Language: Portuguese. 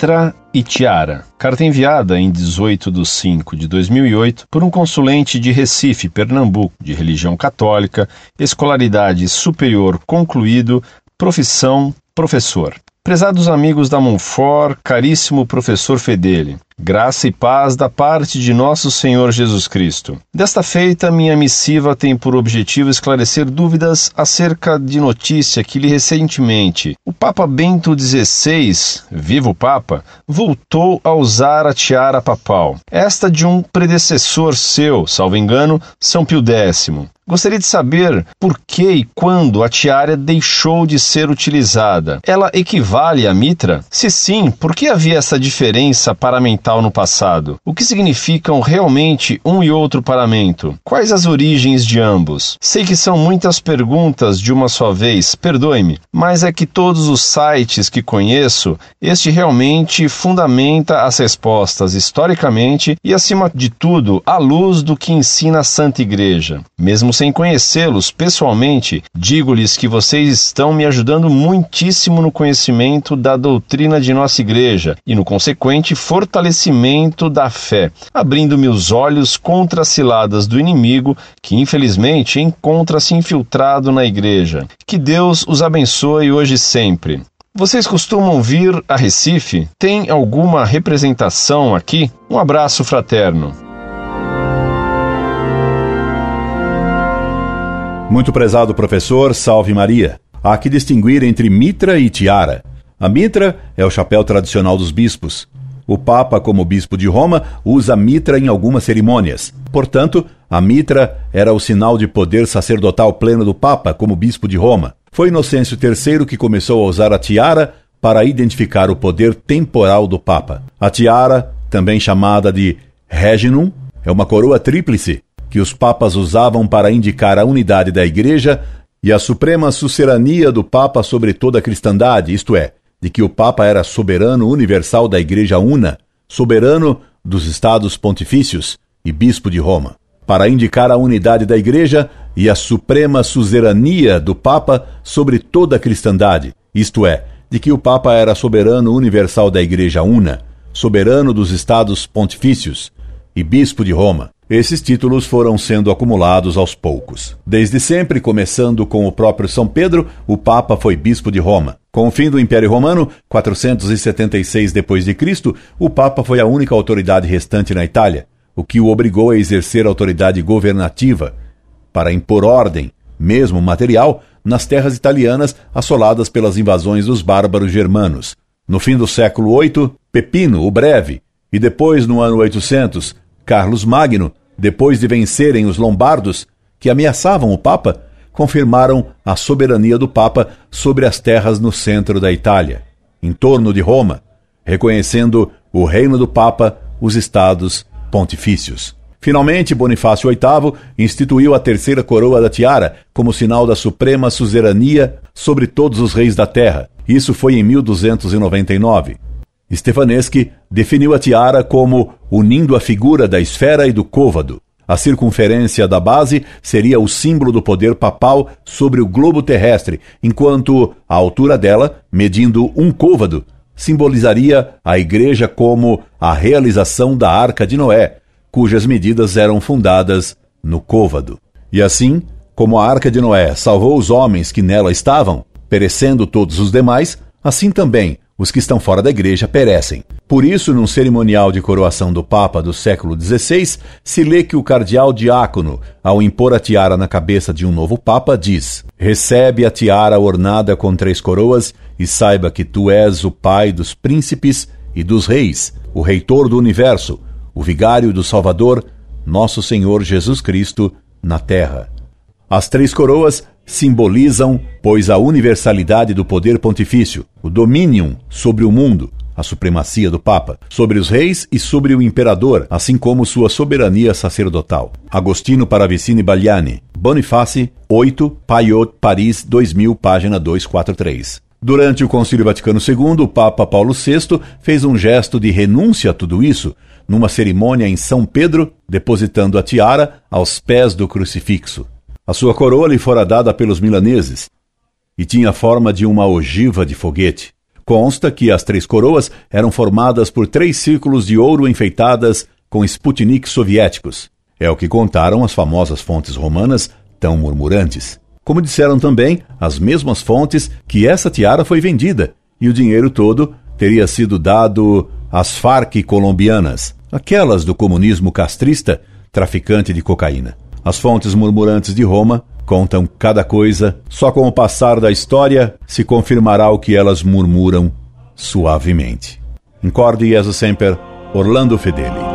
Mitra e tiara. Carta enviada em 18/5/2008 por um consulente de Recife, Pernambuco, de religião católica, escolaridade superior concluído, profissão professor. Prezados amigos da Monfort, caríssimo professor Fedeli, graça e paz da parte de nosso Senhor Jesus Cristo. Desta feita, minha missiva tem por objetivo esclarecer dúvidas acerca de notícia que li recentemente. O Papa Bento XVI, vivo Papa, voltou a usar a tiara papal. Esta de um predecessor seu, salvo engano, São Pio X. Gostaria de saber por que e quando a tiara deixou de ser utilizada. Ela equivale à mitra? Se sim, por que havia essa diferença paramental no passado? O que significam realmente um e outro paramento? Quais as origens de ambos? Sei que são muitas perguntas de uma só vez, perdoe-me, mas é que todos os sites que conheço, este realmente fundamenta as respostas historicamente e, acima de tudo, à luz do que ensina a Santa Igreja. Mesmo sem conhecê-los pessoalmente, digo-lhes que vocês estão me ajudando muitíssimo no conhecimento da doutrina de nossa Igreja e no consequente fortalecimento da fé, abrindo-me os olhos contra as ciladas do inimigo que, infelizmente, encontra-se infiltrado na Igreja. Que Deus os abençoe hoje e sempre. Vocês costumam vir a Recife? Tem alguma representação aqui? Um abraço fraterno. Muito prezado professor, salve Maria. Há que distinguir entre mitra e tiara. A mitra é o chapéu tradicional dos bispos. O Papa, como bispo de Roma, usa mitra em algumas cerimônias. Portanto, a mitra era o sinal de poder sacerdotal pleno do Papa, como bispo de Roma. Foi Inocêncio III que começou a usar a tiara para identificar o poder temporal do Papa. A tiara, também chamada de reginum, é uma coroa tríplice que os papas usavam para indicar a unidade da Igreja e a suprema suzerania do Papa sobre toda a cristandade, isto é, de que o Papa era soberano universal da Igreja una, soberano dos Estados Pontifícios e bispo de Roma. Para indicar a unidade da Igreja e a suprema suzerania do Papa sobre toda a cristandade, isto é, de que o Papa era soberano universal da Igreja una, soberano dos Estados Pontifícios e bispo de Roma. Esses títulos foram sendo acumulados aos poucos. Desde sempre, começando com o próprio São Pedro, o Papa foi bispo de Roma. Com o fim do Império Romano, 476 d.C., o Papa foi a única autoridade restante na Itália, o que o obrigou a exercer autoridade governativa, para impor ordem, mesmo material, nas terras italianas assoladas pelas invasões dos bárbaros germanos. No fim do século VIII, Pepino, o Breve, e depois, no ano 800, Carlos Magno, depois de vencerem os lombardos, que ameaçavam o Papa, confirmaram a soberania do Papa sobre as terras no centro da Itália, em torno de Roma, reconhecendo o reino do Papa, os estados pontifícios. Finalmente, Bonifácio VIII instituiu a terceira coroa da tiara como sinal da suprema suzerania sobre todos os reis da terra. Isso foi em 1299. Stefaneschi definiu a tiara como unindo a figura da esfera e do côvado. A circunferência da base seria o símbolo do poder papal sobre o globo terrestre, enquanto a altura dela, medindo um côvado, simbolizaria a Igreja como a realização da Arca de Noé, cujas medidas eram fundadas no côvado. E assim, como a Arca de Noé salvou os homens que nela estavam, perecendo todos os demais, assim também os que estão fora da Igreja perecem. Por isso, num cerimonial de coroação do Papa do século XVI, se lê que o cardeal diácono, ao impor a tiara na cabeça de um novo Papa, diz: recebe a tiara ornada com 3 coroas e saiba que tu és o pai dos príncipes e dos reis, o reitor do universo, o vigário do Salvador, nosso Senhor Jesus Cristo, na terra. As 3 coroas simbolizam, pois, a universalidade do poder pontifício, o dominium sobre o mundo, a supremacia do Papa, sobre os reis e sobre o imperador, assim como sua soberania sacerdotal. Agostino Paravicini Bagliani, Boniface 8, Payot, Paris, 2000, página 243. Durante o Concílio Vaticano II, o Papa Paulo VI fez um gesto de renúncia a tudo isso, numa cerimônia em São Pedro, depositando a tiara aos pés do crucifixo. A sua coroa lhe fora dada pelos milaneses e tinha a forma de uma ogiva de foguete. Consta que as Três Coroas eram formadas por 3 círculos de ouro enfeitadas com Sputnik soviéticos. É o que contaram as famosas fontes romanas tão murmurantes. Como disseram também as mesmas fontes que essa tiara foi vendida e o dinheiro todo teria sido dado às Farc colombianas, aquelas do comunismo castrista, traficante de cocaína. As fontes murmurantes de Roma contam cada coisa, só com o passar da história se confirmará o que elas murmuram suavemente. Incorde Jesus Semper, Orlando Fedeli.